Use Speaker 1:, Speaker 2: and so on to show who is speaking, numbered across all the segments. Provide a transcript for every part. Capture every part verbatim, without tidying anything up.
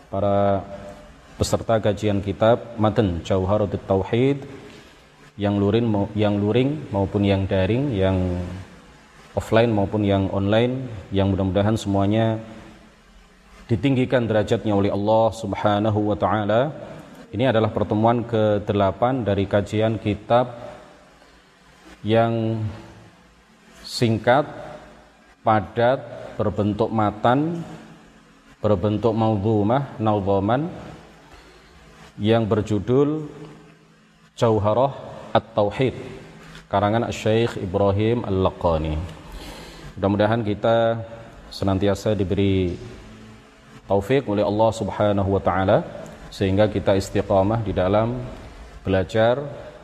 Speaker 1: para peserta kajian kitab Matan Jauharatul Tauhid yang luring yang luring maupun yang daring, yang offline maupun yang online, yang mudah-mudahan semuanya ditinggikan derajatnya oleh Allah Subhanahu wa taala. Ini adalah pertemuan kedelapan dari kajian kitab yang singkat, padat, berbentuk matan, berbentuk maudhumah, naudhaman, yang berjudul Jauharah At-Tauhid karangan Syekh Ibrahim Al-Laqani. Mudah-mudahan kita senantiasa diberi taufik oleh Allah Subhanahu wa taala sehingga kita istiqamah di dalam belajar,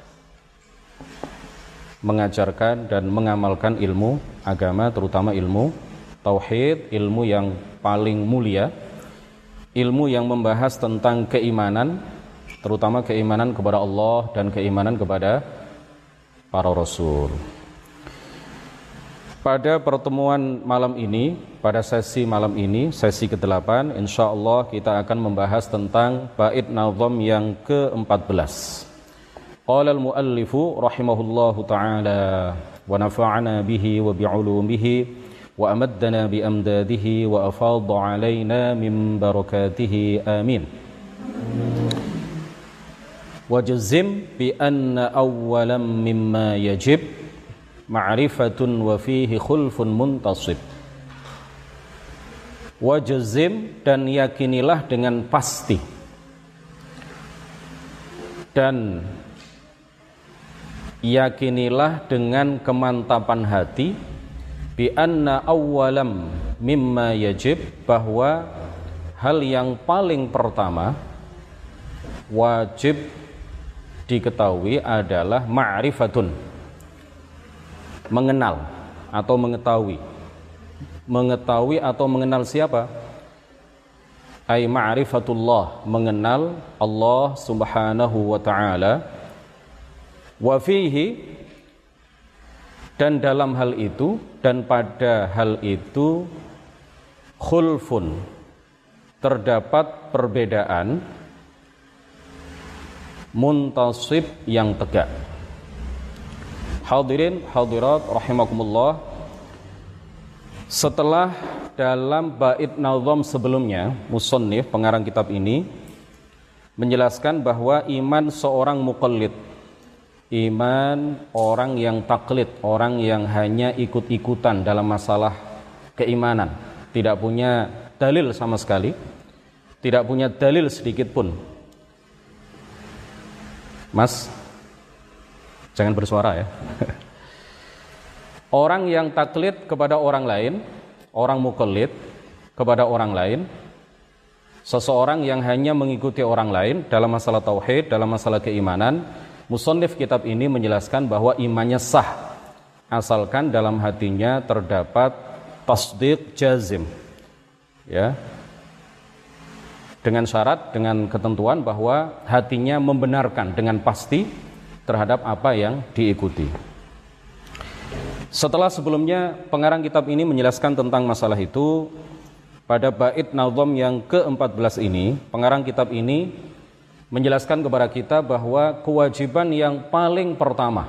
Speaker 1: mengajarkan dan mengamalkan ilmu agama, terutama ilmu tauhid, ilmu yang paling mulia, ilmu yang membahas tentang keimanan, terutama keimanan kepada Allah dan keimanan kepada para rasul. Pada pertemuan malam ini, pada sesi malam ini, sesi kedelapan, insyaallah kita akan membahas tentang bait nazam yang keempat belas. Qala al-muallifu rahimahullahu ta'ala wa nafa'ana bihi wa bi'ulumihi wa amaddana bi amdadihi wa afadha alaina min barakatihi amin. Wajzim bi anna awwalan mimma yajib ma'rifatun wa fihi khulfun muntasib. Wajzim, dan yakinilah dengan pasti dan yakinilah dengan kemantapan hati bi anna awwalan mimma yajib, bahwa hal yang paling pertama wajib diketahui adalah ma'rifatun, mengenal atau mengetahui. Mengetahui atau mengenal siapa? Ai ma'rifatullah, mengenal Allah Subhanahu wa ta'ala. Wa fihi, dan dalam hal itu, dan pada hal itu, khulfun, terdapat perbedaan, muntasib, yang tegak. Hadirin hadirat rahimakumullah, setelah dalam bait nazam sebelumnya, musannif pengarang kitab ini menjelaskan bahwa iman seorang muqallid, iman orang yang taklid, orang yang hanya ikut-ikutan dalam masalah keimanan, tidak punya dalil sama sekali, tidak punya dalil sedikit pun. Mas, jangan bersuara ya. Orang yang taklid kepada orang lain, orang muqallid kepada orang lain, seseorang yang hanya mengikuti orang lain dalam masalah tauhid, dalam masalah keimanan, musannif kitab ini menjelaskan bahwa imannya sah asalkan dalam hatinya terdapat tasdiq jazim, ya, dengan syarat, dengan ketentuan bahwa hatinya membenarkan dengan pasti terhadap apa yang diikuti. Setelah sebelumnya pengarang kitab ini menjelaskan tentang masalah itu, pada bait nazam yang keempat belas ini, pengarang kitab ini menjelaskan kepada kita bahwa kewajiban yang paling pertama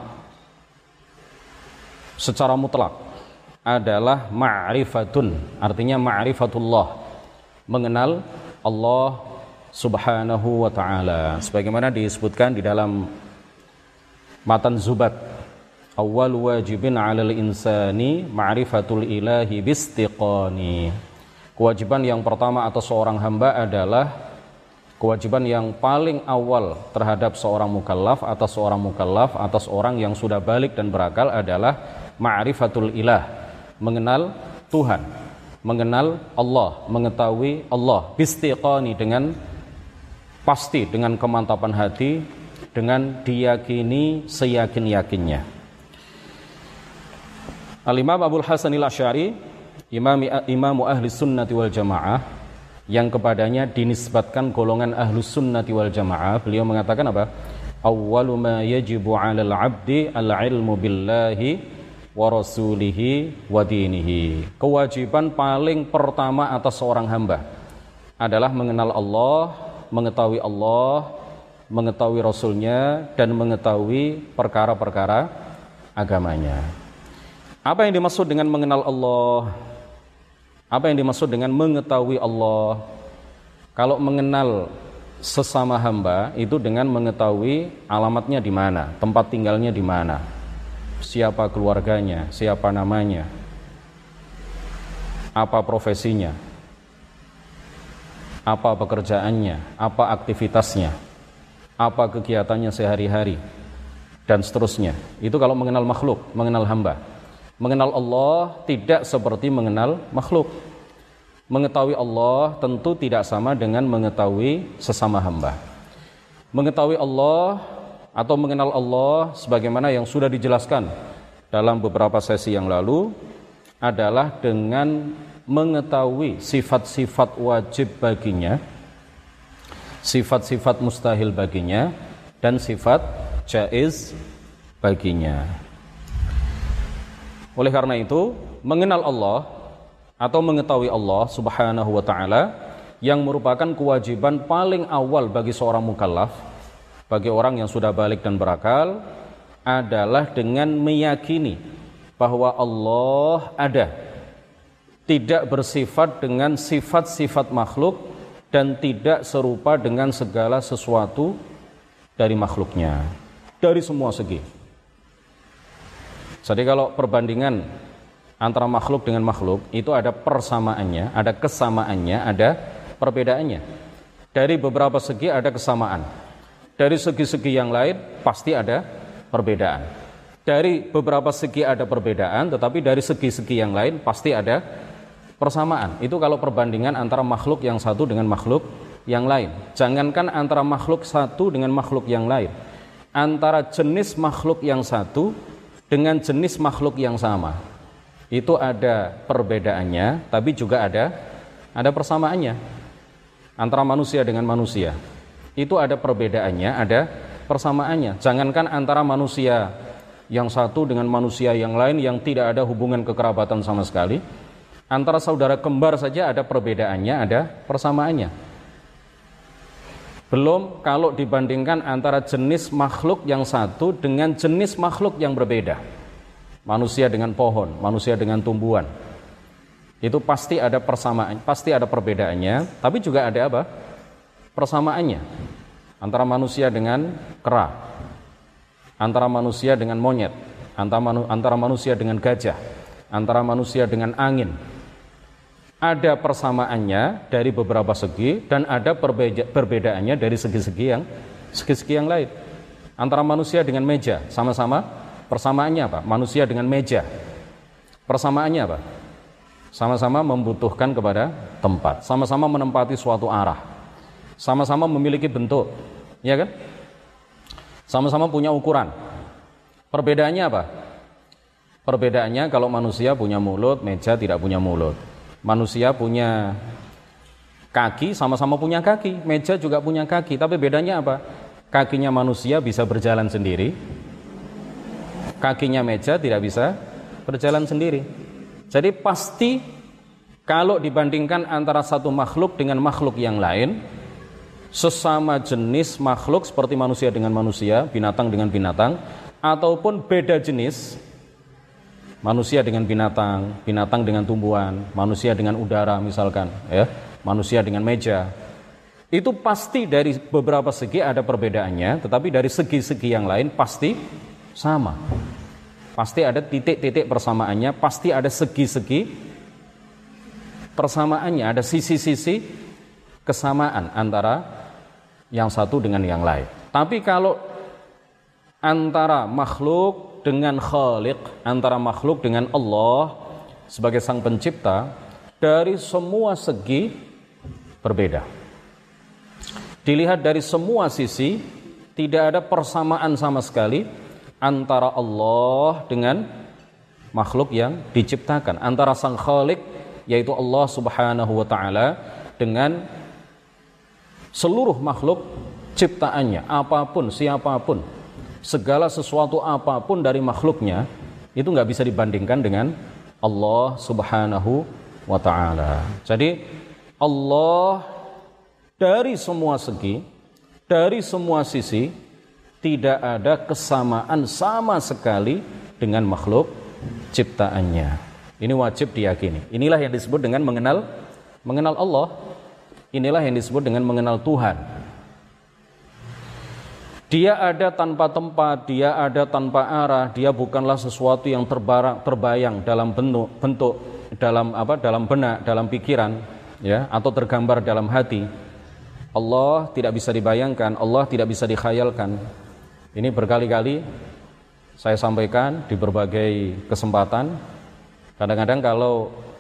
Speaker 1: secara mutlak adalah ma'rifatun, artinya ma'rifatullah, mengenal Allah Subhanahu wa ta'ala, sebagaimana disebutkan di dalam matan Zubat, awwal wajibin 'alal insani ma'rifatul ilahi bistiqani. Kewajiban yang pertama atas seorang hamba adalah kewajiban yang paling awal terhadap seorang mukallaf, atas seorang mukallaf, atas orang yang sudah balik dan berakal adalah ma'rifatul ilah, mengenal Tuhan, mengenal Allah, mengetahui Allah bistiqani, dengan pasti, dengan kemantapan hati, dengan diyakini seyakin-yakinnya. Al-Imam Abul Hasan Al-Asy'ari, imam imamu ahli sunnati wal jamaah, yang kepadanya dinisbatkan golongan ahli sunnati wal jamaah, beliau mengatakan apa? Awwalu ma yajibu 'alal 'abdi al-'ilmu billahi wa rasulihi wa dinihi. Kewajiban paling pertama atas seorang hamba adalah mengenal Allah, mengetahui Allah, mengetahui Rasulnya, dan mengetahui perkara-perkara agamanya. Apa yang dimaksud dengan mengenal Allah? Apa yang dimaksud dengan mengetahui Allah? Kalau mengenal sesama hamba itu dengan mengetahui alamatnya di mana, tempat tinggalnya di mana, siapa keluarganya, siapa namanya, apa profesinya, apa pekerjaannya, apa aktivitasnya, apa kegiatannya sehari-hari, dan seterusnya. Itu kalau mengenal makhluk, mengenal hamba. Mengenal Allah tidak seperti mengenal makhluk. Mengetahui Allah tentu tidak sama dengan mengetahui sesama hamba. Mengetahui Allah atau mengenal Allah sebagaimana yang sudah dijelaskan dalam beberapa sesi yang lalu adalah dengan mengetahui sifat-sifat wajib baginya, sifat-sifat mustahil baginya, dan sifat jaiz baginya. Oleh karena itu, mengenal Allah atau mengetahui Allah Subhanahu wa ta'ala yang merupakan kewajiban paling awal bagi seorang mukallaf, bagi orang yang sudah balik dan berakal, adalah dengan meyakini bahwa Allah ada, tidak bersifat dengan sifat-sifat makhluk, dan tidak serupa dengan segala sesuatu dari makhluknya, dari semua segi. Jadi kalau perbandingan antara makhluk dengan makhluk itu ada persamaannya, ada kesamaannya, ada perbedaannya. Dari beberapa segi ada kesamaan, dari segi-segi yang lain pasti ada perbedaan. Dari beberapa segi ada perbedaan, tetapi dari segi-segi yang lain pasti ada persamaan. Itu kalau perbandingan antara makhluk yang satu dengan makhluk yang lain. Jangankan antara makhluk satu dengan makhluk yang lain, antara jenis makhluk yang satu dengan jenis makhluk yang sama, itu ada perbedaannya, tapi juga ada ada persamaannya. Antara manusia dengan manusia itu ada perbedaannya, ada persamaannya. Jangankan antara manusia yang satu dengan manusia yang lain yang tidak ada hubungan kekerabatan sama sekali, antara saudara kembar saja ada perbedaannya, ada persamaannya. Belum kalau dibandingkan antara jenis makhluk yang satu dengan jenis makhluk yang berbeda. Manusia dengan pohon, manusia dengan tumbuhan. Itu pasti ada persamaan, pasti ada perbedaannya, tapi juga ada apa? Persamaannya. Antara manusia dengan kera, antara manusia dengan monyet, antara manusia dengan gajah, antara manusia dengan angin. Ada persamaannya dari beberapa segi dan ada perbeda, perbedaannya dari segi-segi yang segi-segi yang lain. Antara manusia dengan meja, sama-sama persamaannya apa? Manusia dengan meja, persamaannya apa? Sama-sama membutuhkan kepada tempat, sama-sama menempati suatu arah, sama-sama memiliki bentuk, ya kan? Sama-sama punya ukuran. Perbedaannya apa? Perbedaannya kalau manusia punya mulut, meja tidak punya mulut. Manusia punya kaki, sama-sama punya kaki. Meja juga punya kaki, tapi bedanya apa? Kakinya manusia bisa berjalan sendiri, kakinya meja tidak bisa berjalan sendiri. Jadi pasti kalau dibandingkan antara satu makhluk dengan makhluk yang lain, sesama jenis makhluk seperti manusia dengan manusia, binatang dengan binatang, ataupun beda jenis, manusia dengan binatang, binatang dengan tumbuhan, manusia dengan udara misalkan, ya, manusia dengan meja. Itu pasti dari beberapa segi ada perbedaannya, tetapi dari segi-segi yang lain pasti sama. Pasti ada titik-titik persamaannya, pasti ada segi-segi persamaannya, ada sisi-sisi kesamaan antara yang satu dengan yang lain. Tapi kalau antara makhluk dengan Khaliq, antara makhluk dengan Allah sebagai sang pencipta, dari semua segi berbeda. Dilihat dari semua sisi, tidak ada persamaan sama sekali antara Allah dengan makhluk yang diciptakan, antara sang Khaliq yaitu Allah Subhanahu wa ta'ala dengan seluruh makhluk ciptaannya, apapun, siapapun, segala sesuatu apapun dari makhluknya, itu nggak bisa dibandingkan dengan Allah Subhanahu wa ta'ala. Jadi Allah dari semua segi, dari semua sisi, tidak ada kesamaan sama sekali dengan makhluk ciptaannya. Ini wajib diyakini. Inilah yang disebut dengan mengenal mengenal Allah. Inilah yang disebut dengan mengenal Tuhan. Dia ada tanpa tempat, dia ada tanpa arah, dia bukanlah sesuatu yang terbarang, terbayang dalam bentuk, bentuk dalam apa, dalam benak, dalam pikiran, ya, atau tergambar dalam hati. Allah tidak bisa dibayangkan, Allah tidak bisa dikhayalkan. Ini berkali-kali saya sampaikan di berbagai kesempatan. Kadang-kadang kalau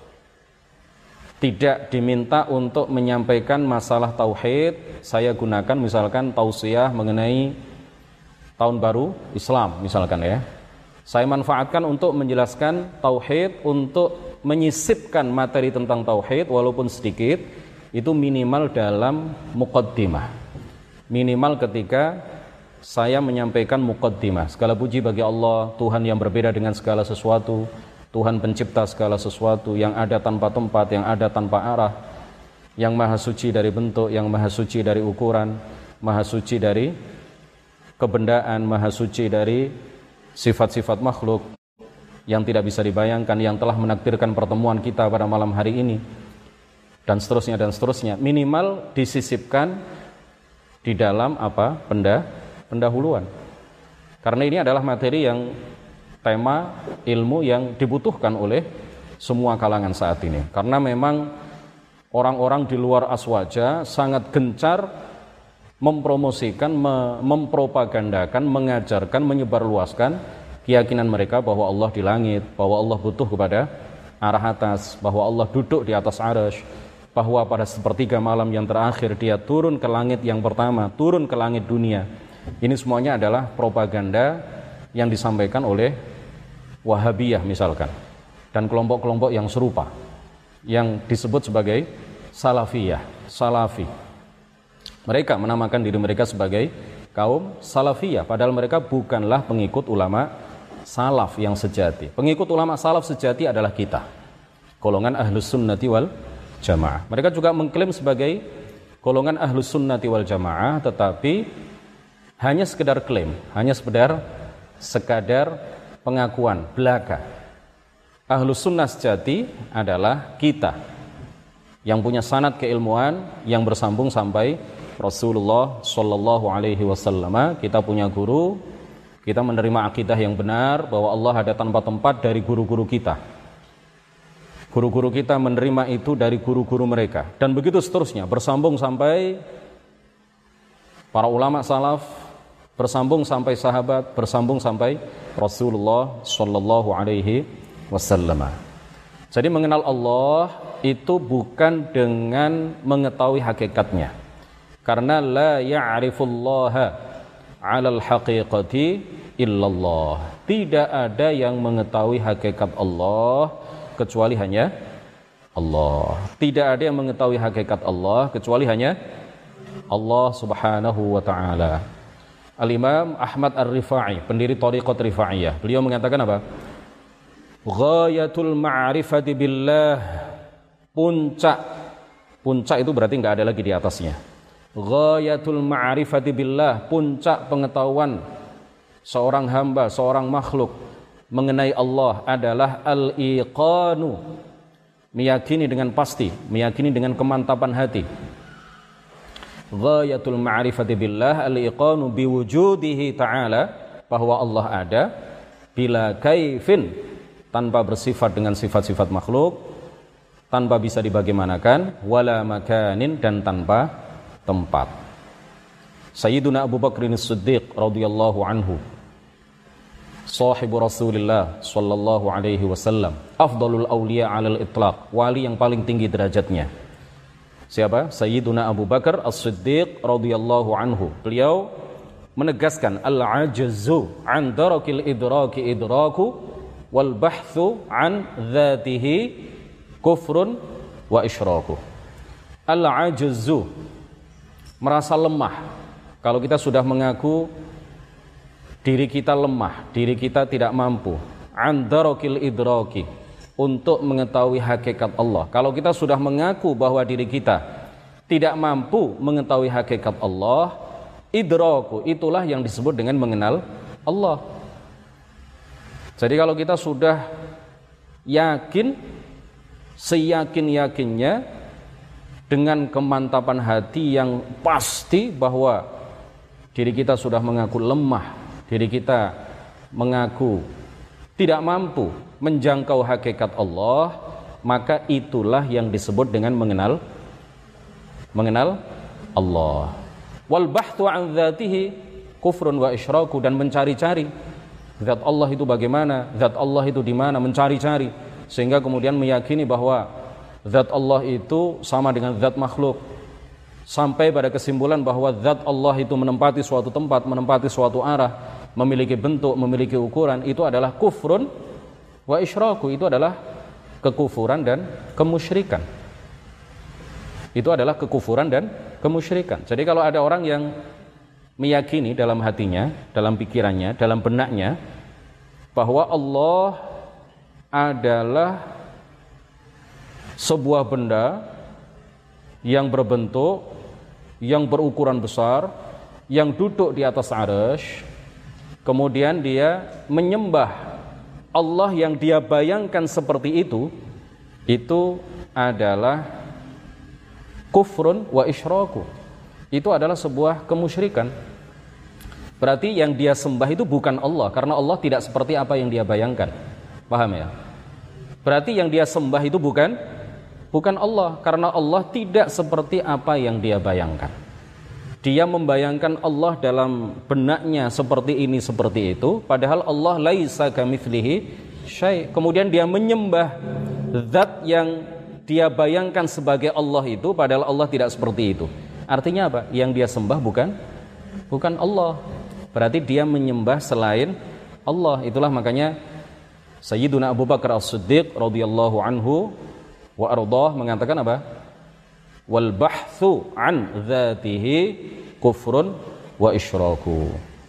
Speaker 1: tidak diminta untuk menyampaikan masalah tauhid, saya gunakan misalkan tausiah mengenai tahun baru Islam misalkan, ya. Saya manfaatkan untuk menjelaskan tauhid, untuk menyisipkan materi tentang tauhid walaupun sedikit, itu minimal dalam muqaddimah. Minimal ketika saya menyampaikan muqaddimah. Segala puji bagi Allah, Tuhan yang berbeda dengan segala sesuatu, Tuhan pencipta segala sesuatu, yang ada tanpa tempat, yang ada tanpa arah, yang maha suci dari bentuk, yang maha suci dari ukuran, maha suci dari kebendaan, maha suci dari sifat-sifat makhluk yang tidak bisa dibayangkan, yang telah menakdirkan pertemuan kita pada malam hari ini, dan seterusnya dan seterusnya. Minimal disisipkan di dalam apa? Pendah, pendahuluan. Karena ini adalah materi yang tema ilmu yang dibutuhkan oleh semua kalangan saat ini. Karena memang orang-orang di luar aswaja sangat gencar mempromosikan, mempropagandakan, mengajarkan, menyebarluaskan keyakinan mereka bahwa Allah di langit, bahwa Allah butuh kepada arah atas, bahwa Allah duduk di atas arasy, bahwa pada sepertiga malam yang terakhir dia turun ke langit yang pertama, turun ke langit dunia. Ini semuanya adalah propaganda yang disampaikan oleh Wahabiyah misalkan, dan kelompok-kelompok yang serupa yang disebut sebagai Salafiyah, Salafi. Mereka menamakan diri mereka sebagai kaum Salafiyah, padahal mereka bukanlah pengikut ulama salaf yang sejati. Pengikut ulama salaf sejati adalah kita, golongan Ahlus Sunnati wal Jamaah. Mereka juga mengklaim sebagai golongan Ahlus Sunnati wal Jamaah, tetapi hanya sekedar klaim, hanya sekedar sekadar pengakuan belaka. Ahlus sunnah sejati adalah kita yang punya sanad keilmuan yang bersambung sampai Rasulullah Shallallahu Alaihi Wasallam. Kita punya guru, kita menerima akidah yang benar bahwa Allah ada tanpa tempat dari guru-guru kita. Guru-guru kita menerima itu dari guru-guru mereka, dan begitu seterusnya, bersambung sampai para ulama salaf, bersambung sampai sahabat, bersambung sampai Rasulullah Shallallahu Alaihi Wasallam. Jadi mengenal Allah itu bukan dengan mengetahui hakikatnya, karena la ya'rifullaha 'alal haqiqati illallah. Tidak ada yang mengetahui hakikat Allah kecuali hanya Allah. Tidak ada yang mengetahui hakikat Allah kecuali hanya Allah Subhanahu wa taala. Al-Imam Ahmad Ar-Rifai, pendiri Thariqat Rifaiyah, beliau mengatakan apa? Ghayatul ma'rifati billah, puncak, puncak itu berarti enggak ada lagi di atasnya. Ghayatul ma'rifati billah, puncak pengetahuan seorang hamba, seorang makhluk mengenai Allah adalah al-iqanu, meyakini dengan pasti, meyakini dengan kemantapan hati. Ghayatul ma'rifati billah al-iqanu biwujudihi ta'ala, bahwa Allah ada bila kaifin, tanpa bersifat dengan sifat-sifat makhluk, tanpa bisa dibagaimanakan, wala makanin, dan tanpa tempat. Sayyiduna Abu Bakrin As-Siddiq radhiyallahu anhu, sahibu Rasulillah sallallahu alaihi wasallam, afdalul awliya 'alal itlaq, wali yang paling tinggi derajatnya. Siapa? Sayyiduna Abu Bakar As-Siddiq radhiyallahu anhu. Beliau menegaskan al-'ajzu 'an darakil idraki idraku wal bahthu 'an dzatihi kufrun wa isyraku. Al-'ajzu, merasa lemah. Kalau kita sudah mengaku diri kita lemah, diri kita tidak mampu, 'an darakil idraki, untuk mengetahui hakikat Allah. Kalau kita sudah mengaku bahwa diri kita tidak mampu mengetahui hakikat Allah, idraku, itulah yang disebut dengan mengenal Allah. Jadi kalau kita sudah yakin, seyakin-yakinnya, dengan kemantapan hati yang pasti bahwa diri kita sudah mengaku lemah, diri kita mengaku tidak mampu menjangkau hakikat Allah, maka itulah yang disebut dengan mengenal mengenal Allah. Wal bahthu an dzatihi kufrun wa isyraku, dan mencari-cari zat Allah itu bagaimana, zat Allah itu di mana, mencari-cari sehingga kemudian meyakini bahwa zat Allah itu sama dengan zat makhluk, sampai pada kesimpulan bahwa zat Allah itu menempati suatu tempat, menempati suatu arah, memiliki bentuk, memiliki ukuran, itu adalah kufrun wa isyraku, itu adalah kekufuran dan kemusyrikan. Itu adalah kekufuran dan kemusyrikan. Jadi kalau ada orang yang meyakini dalam hatinya, dalam pikirannya, dalam benaknya bahwa Allah adalah sebuah benda yang berbentuk, yang berukuran besar, yang duduk di atas arsy, kemudian dia menyembah Allah yang dia bayangkan seperti itu, itu adalah kufrun wa isyraku. Itu adalah sebuah kemusyrikan. Berarti yang dia sembah itu bukan Allah, karena Allah tidak seperti apa yang dia bayangkan. Paham ya? Berarti yang dia sembah itu bukan bukan Allah, karena Allah tidak seperti apa yang dia bayangkan. Dia membayangkan Allah dalam benaknya seperti ini, seperti itu, padahal Allah laisa kamitslihi syai'. Kemudian dia menyembah zat yang dia bayangkan sebagai Allah itu, padahal Allah tidak seperti itu. Artinya apa? Yang dia sembah bukan bukan Allah. Berarti dia menyembah selain Allah. Itulah makanya Sayyiduna Abu Bakar As-Siddiq radhiyallahu anhu wa ardhah mengatakan apa? Wal bahthu an dzatihi kufrun wa isyraku.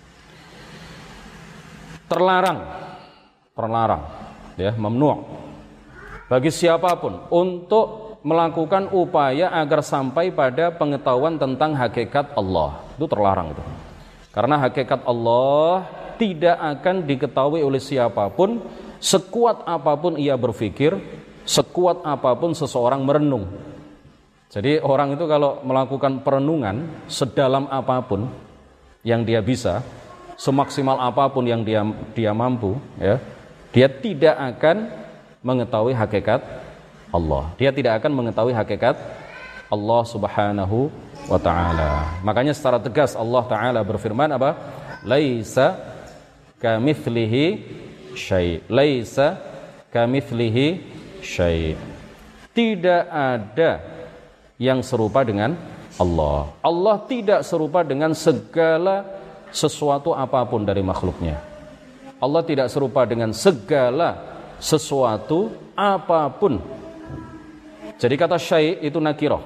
Speaker 1: Terlarang, terlarang, ya, mamnu' bagi siapapun untuk melakukan upaya agar sampai pada pengetahuan tentang hakikat Allah. Itu terlarang itu. Karena hakikat Allah tidak akan diketahui oleh siapapun, sekuat apapun ia berpikir, sekuat apapun seseorang merenung. Jadi orang itu kalau melakukan perenungan sedalam apapun yang dia bisa, semaksimal apapun yang dia dia mampu, ya, dia tidak akan mengetahui hakikat Allah. Dia tidak akan mengetahui hakikat Allah Subhanahu wa ta'ala. Makanya secara tegas Allah Ta'ala berfirman apa? Laisa kamitslihi syai'. Laisa kamitslihi syai'. Tidak ada yang serupa dengan Allah. Allah tidak serupa dengan segala sesuatu apapun dari makhluknya. Allah tidak serupa dengan segala sesuatu apapun. Jadi kata syai' itu nakirah.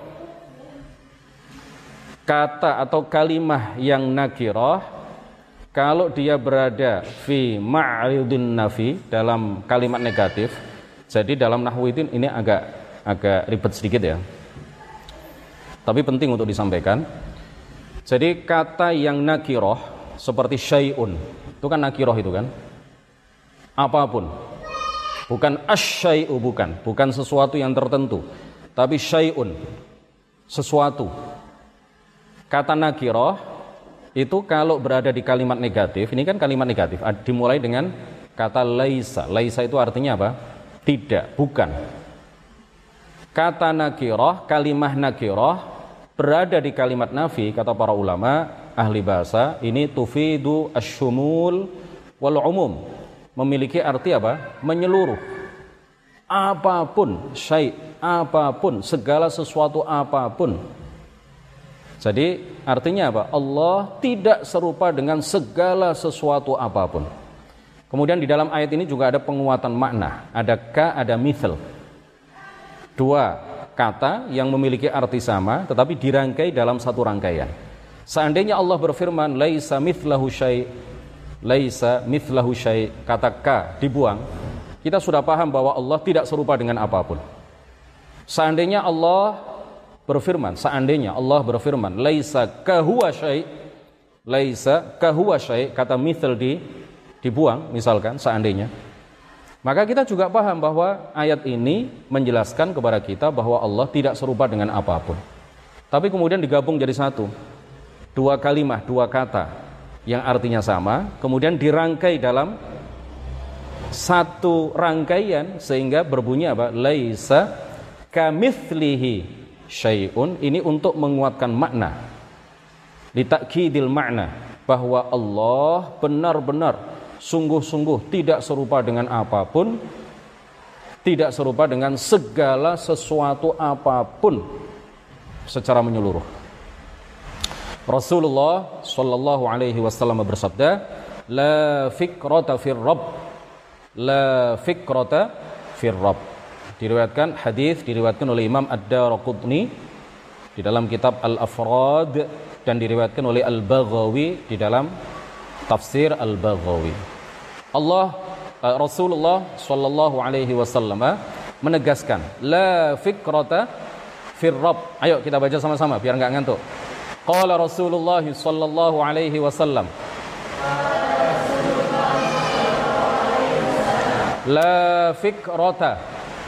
Speaker 1: Kata atau kalimah yang nakirah, kalau dia berada fi ma'ridin nafi, dalam kalimat negatif. Jadi dalam nahwu itu ini agak agak ribet sedikit ya, tapi penting untuk disampaikan. Jadi kata yang nakirah seperti syai'un, itu kan nakirah itu kan, apapun. Bukan asy-syai'u, bukan, bukan sesuatu yang tertentu, tapi syai'un, sesuatu. Kata nakirah itu kalau berada di kalimat negatif, ini kan kalimat negatif, dimulai dengan kata laisa. Laisa itu artinya apa? Tidak, bukan. Kata nakirah, kalimah nakirah berada di kalimat nafi, kata para ulama ahli bahasa, ini tufidu asyumul wal umum, memiliki arti apa? Menyeluruh. Apapun, syai', apapun, segala sesuatu apapun. Jadi artinya apa? Allah tidak serupa dengan segala sesuatu apapun. Kemudian di dalam ayat ini juga ada penguatan makna. Ada ka, ada mithal. Dua kata yang memiliki arti sama tetapi dirangkai dalam satu rangkaian. Seandainya Allah berfirman laisa mithlahu syai', laisa mithlahu syai', kata ka dibuang, kita sudah paham bahwa Allah tidak serupa dengan apapun. Seandainya Allah berfirman, seandainya Allah berfirman, laisa kahuwa syai', laisa kahuwa syai', kata mithal di dibuang misalkan seandainya, maka kita juga paham bahwa ayat ini menjelaskan kepada kita bahwa Allah tidak serupa dengan apapun. Tapi kemudian digabung jadi satu, dua kalimah, dua kata yang artinya sama, kemudian dirangkai dalam satu rangkaian sehingga berbunyi apa? Laisa kamitslihi syai'un. Ini untuk menguatkan makna, litakkidil makna, bahwa Allah benar-benar sungguh-sungguh tidak serupa dengan apapun, tidak serupa dengan segala sesuatu apapun secara menyeluruh. Rasulullah sallallahu alaihi wasallam bersabda, la fikrata fir rabb, la fikrata fir rabb. Diriwayatkan hadis diriwayatkan oleh Imam Ad-Darqutni di dalam kitab Al-Afrad dan diriwayatkan oleh Al-Baghawi di dalam Tafsir Al-Baghawi. Allah uh, Rasulullah sallallahu alaihi wasallam menegaskan la fikrata fir rabb. Ayo kita baca sama-sama biar enggak ngantuk. Qala Rasulullah sallallahu alaihi wasallam, la fikrata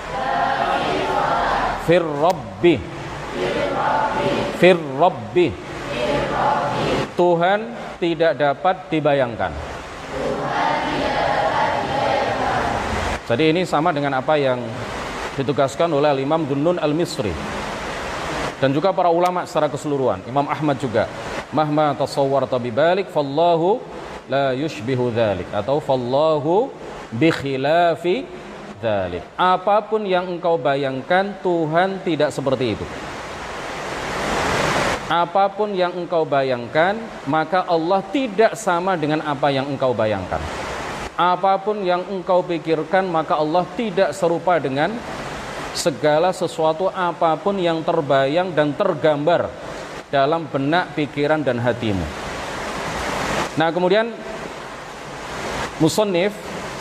Speaker 1: fir rabbi, fir rabbi, Tuhan tidak dapat dibayangkan. Jadi ini sama dengan apa yang ditugaskan oleh Imam Dunnun Al-Misri dan juga para ulama secara keseluruhan. Imam Ahmad juga, mahma tasawwarta bibalik fallahu la yushbihu dzalik, atau fallahu bi khilafi dzalik. Apapun yang engkau bayangkan, Tuhan tidak seperti itu. Apapun yang engkau bayangkan, maka Allah tidak sama dengan apa yang engkau bayangkan. Apapun yang engkau pikirkan, maka Allah tidak serupa dengan segala sesuatu apapun yang terbayang dan tergambar dalam benak, pikiran dan hatimu. Nah, kemudian musannif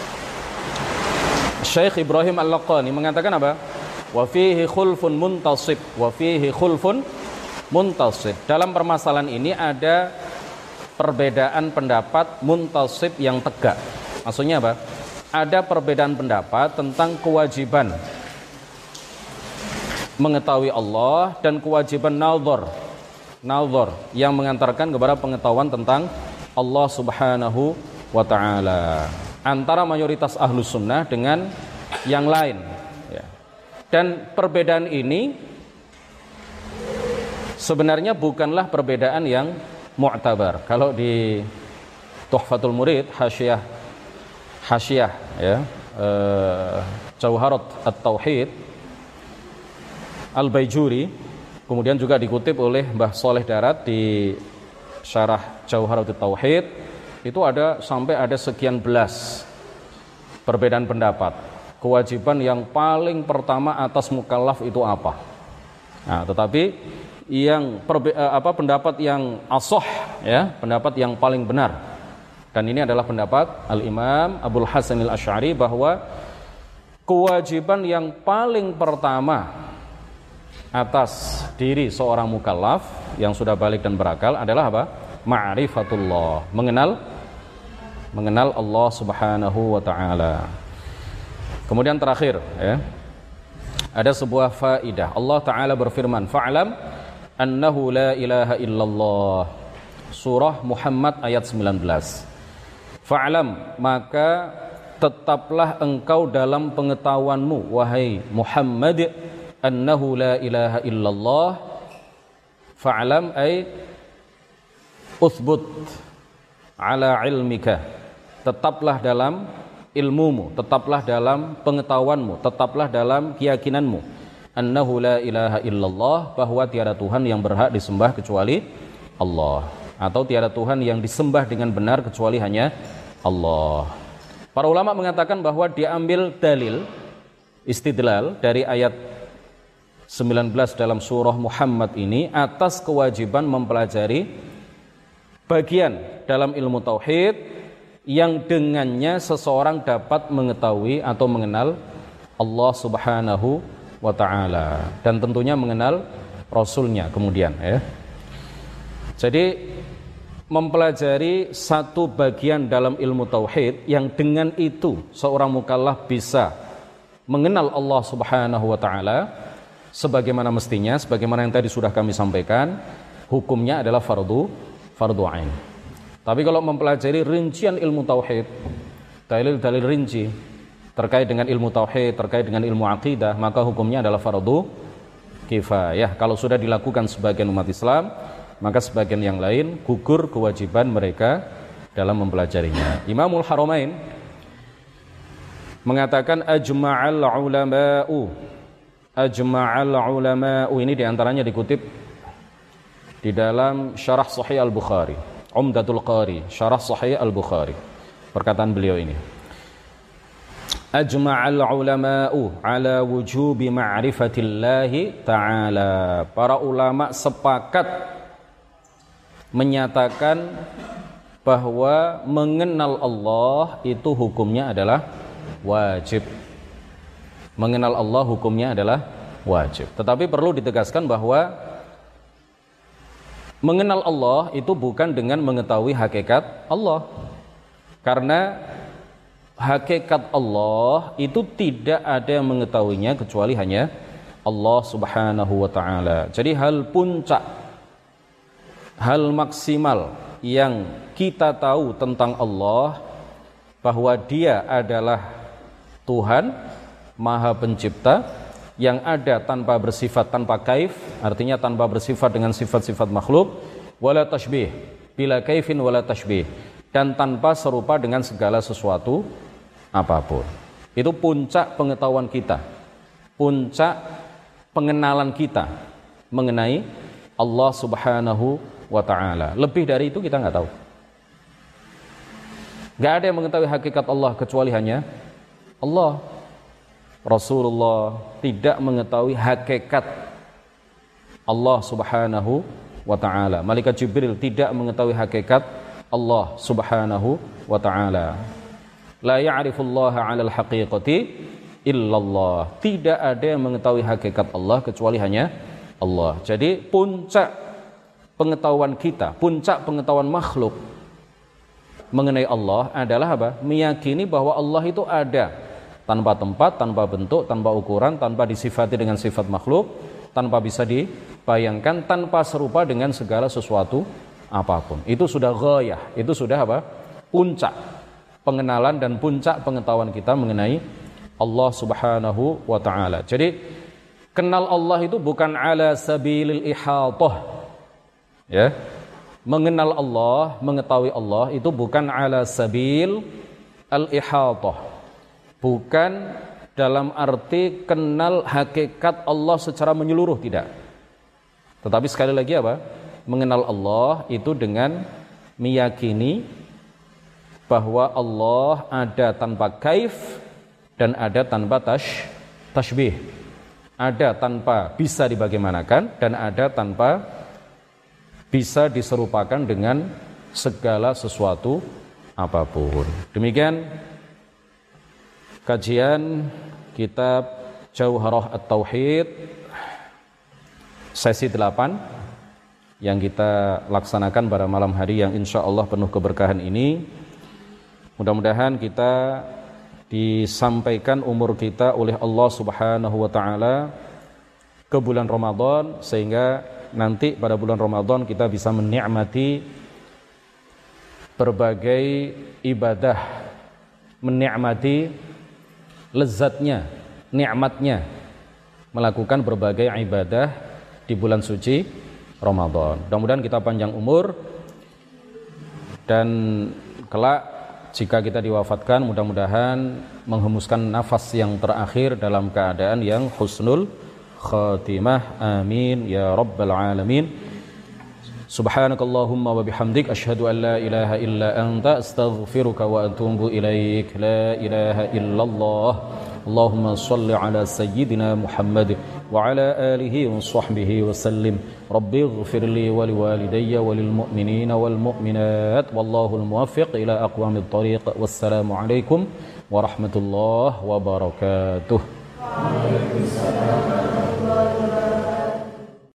Speaker 1: Syekh Ibrahim Al-Laqani mengatakan apa? Wa fihi khulfun muntasib, wa fihi khulfun muntasib. Dalam permasalahan ini ada perbedaan pendapat muntasib yang tegak. Maksudnya apa? Ada perbedaan pendapat tentang kewajiban mengetahui Allah dan kewajiban nazar, nazar yang mengantarkan kepada pengetahuan tentang Allah Subhanahu wa taala, antara mayoritas ahlus sunnah dengan yang lain ya. Dan perbedaan ini sebenarnya bukanlah perbedaan yang mu'tabar. Kalau di Tuhfatul Murid hasyiah hasyiah ya eh, Jauharat At-Tauhid Al-Baijuri, kemudian juga dikutip oleh Mbah Saleh Darat di Syarah Jauharat At-Tauhid, itu ada sampai ada sekian belas perbedaan pendapat. Kewajiban yang paling pertama atas mukallaf itu apa? Nah, tetapi yang perbe- apa pendapat yang ashah ya, pendapat yang paling benar. Dan ini adalah pendapat Al-Imam Abdul Hasan Al-Asy'ari bahwa kewajiban yang paling pertama atas diri seorang mukallaf yang sudah balik dan berakal adalah apa? Ma'rifatullah, mengenal mengenal Allah Subhanahu wa taala. Kemudian terakhir ya, ada sebuah faidah. Allah taala berfirman, fa'lam annahu la ilaha illallah. Surah Muhammad ayat sembilan belas. Fa'lam, maka tetaplah engkau dalam pengetahuanmu wahai Muhammad, annahu la ilaha illallah. Fa'lam ay uthbut ala ilmika, tetaplah dalam ilmumu, tetaplah dalam pengetahuanmu, tetaplah dalam keyakinanmu, annahu la ilaha illallah, bahwa tiada Tuhan yang berhak disembah kecuali Allah, atau tiada Tuhan yang disembah dengan benar kecuali hanya Allah. Para ulama mengatakan bahwa diambil dalil istidlal dari ayat sembilan belas dalam surah Muhammad ini atas kewajiban mempelajari bagian dalam ilmu tauhid yang dengannya seseorang dapat mengetahui atau mengenal Allah Subhanahu wa taala, dan tentunya mengenal Rasulnya kemudian ya. Jadi mempelajari satu bagian dalam ilmu tauhid yang dengan itu seorang mukallaf bisa mengenal Allah Subhanahu wa taala sebagaimana mestinya, sebagaimana yang tadi sudah kami sampaikan, hukumnya adalah fardu fardu ain. Tapi kalau mempelajari rincian ilmu tauhid, dalil-dalil rinci terkait dengan ilmu tauhid, terkait dengan ilmu akidah, maka hukumnya adalah fardu kifayah. Kalau sudah dilakukan sebagian umat Islam, maka sebagian yang lain gugur kewajiban mereka dalam mempelajarinya. Imamul Haramain mengatakan ajma'al ulama'u ajma'al ulama'u ini diantaranya dikutip di dalam Syarah Sahih Al-Bukhari, Umdatul Qari, Syarah Sahih Al-Bukhari. Perkataan beliau ini, ajma'al ulama'u ala wujubi ma'rifatillahi ta'ala. Para ulama sepakat menyatakan bahwa mengenal Allah itu hukumnya adalah wajib. Mengenal Allah hukumnya adalah wajib. Tetapi perlu ditegaskan bahwa mengenal Allah itu bukan dengan mengetahui hakikat Allah. Karena hakikat Allah itu tidak ada yang mengetahuinya kecuali hanya Allah Subhanahu wa taala. Jadi hal puncak, hal maksimal yang kita tahu tentang Allah, bahwa Dia adalah Tuhan Maha Pencipta yang ada tanpa bersifat, tanpa kaif, artinya tanpa bersifat dengan sifat-sifat makhluk, wala tashbih, bila kaifin wala tashbih, dan tanpa serupa dengan segala sesuatu apapun. Itu puncak pengetahuan kita, puncak pengenalan kita mengenai Allah Subhanahu wa ta'ala. Lebih dari itu kita nggak tahu. Nggak ada yang mengetahui hakikat Allah kecuali hanya Allah. Rasulullah tidak mengetahui hakikat Allah Subhanahu wa ta'ala. Malaikat Jibril tidak mengetahui hakikat Allah Subhanahu wa ta'ala. La ya'rifullaha 'alal haqiqati illallah. Tidak ada yang mengetahui hakikat Allah kecuali hanya Allah. Jadi puncak pengetahuan kita, puncak pengetahuan makhluk mengenai Allah adalah apa? Meyakini bahwa Allah itu ada, tanpa tempat, tanpa bentuk, tanpa ukuran, tanpa disifati dengan sifat makhluk, tanpa bisa dibayangkan, tanpa serupa dengan segala sesuatu apapun. Itu sudah ghayah, itu sudah apa? Puncak pengenalan dan puncak pengetahuan kita mengenai Allah Subhanahu wa ta'ala. Jadi kenal Allah itu bukan ala sabilil ihatah. Ya, mengenal Allah, mengetahui Allah itu bukan ala sabil al-ihatah, bukan dalam arti kenal hakikat Allah secara menyeluruh, tidak. Tetapi sekali lagi apa? Mengenal Allah itu dengan meyakini bahwa Allah ada tanpa kaif dan ada tanpa tash, tashbih, ada tanpa bisa dibagaimanakan dan ada tanpa bisa diserupakan dengan segala sesuatu apapun. Demikian kajian kitab Jauharah At-Tauhid sesi delapan yang kita laksanakan pada malam hari yang insya Allah penuh keberkahan ini. Mudah-mudahan kita disampaikan umur kita oleh Allah Subhanahu wa ta'ala ke bulan Ramadan, sehingga nanti pada bulan Ramadan kita bisa menikmati berbagai ibadah, menikmati lezatnya, nikmatnya melakukan berbagai ibadah di bulan suci Ramadan. Mudah-mudahan kita panjang umur dan kelak jika kita diwafatkan mudah-mudahan menghembuskan nafas yang terakhir dalam keadaan yang husnul khatimah. Amin ya rabbal alamin. Subhanakallahumma wa bihamdik asyhadu an la ilaha illa anta astaghfiruka wa atubu ilaik. La ilaha illallah. Allahumma salli ala sayyidina Muhammad wa ala alihi wa sahbihi wa sallim. Rabbi ighfir li wa liwalidayya wa lil mu'minina wal mu'minat wallahu al muwaffiq ila aqwamit thariq. Wassalamu alaikum warahmatullahi wabarakatuh. Waalaikumsalam.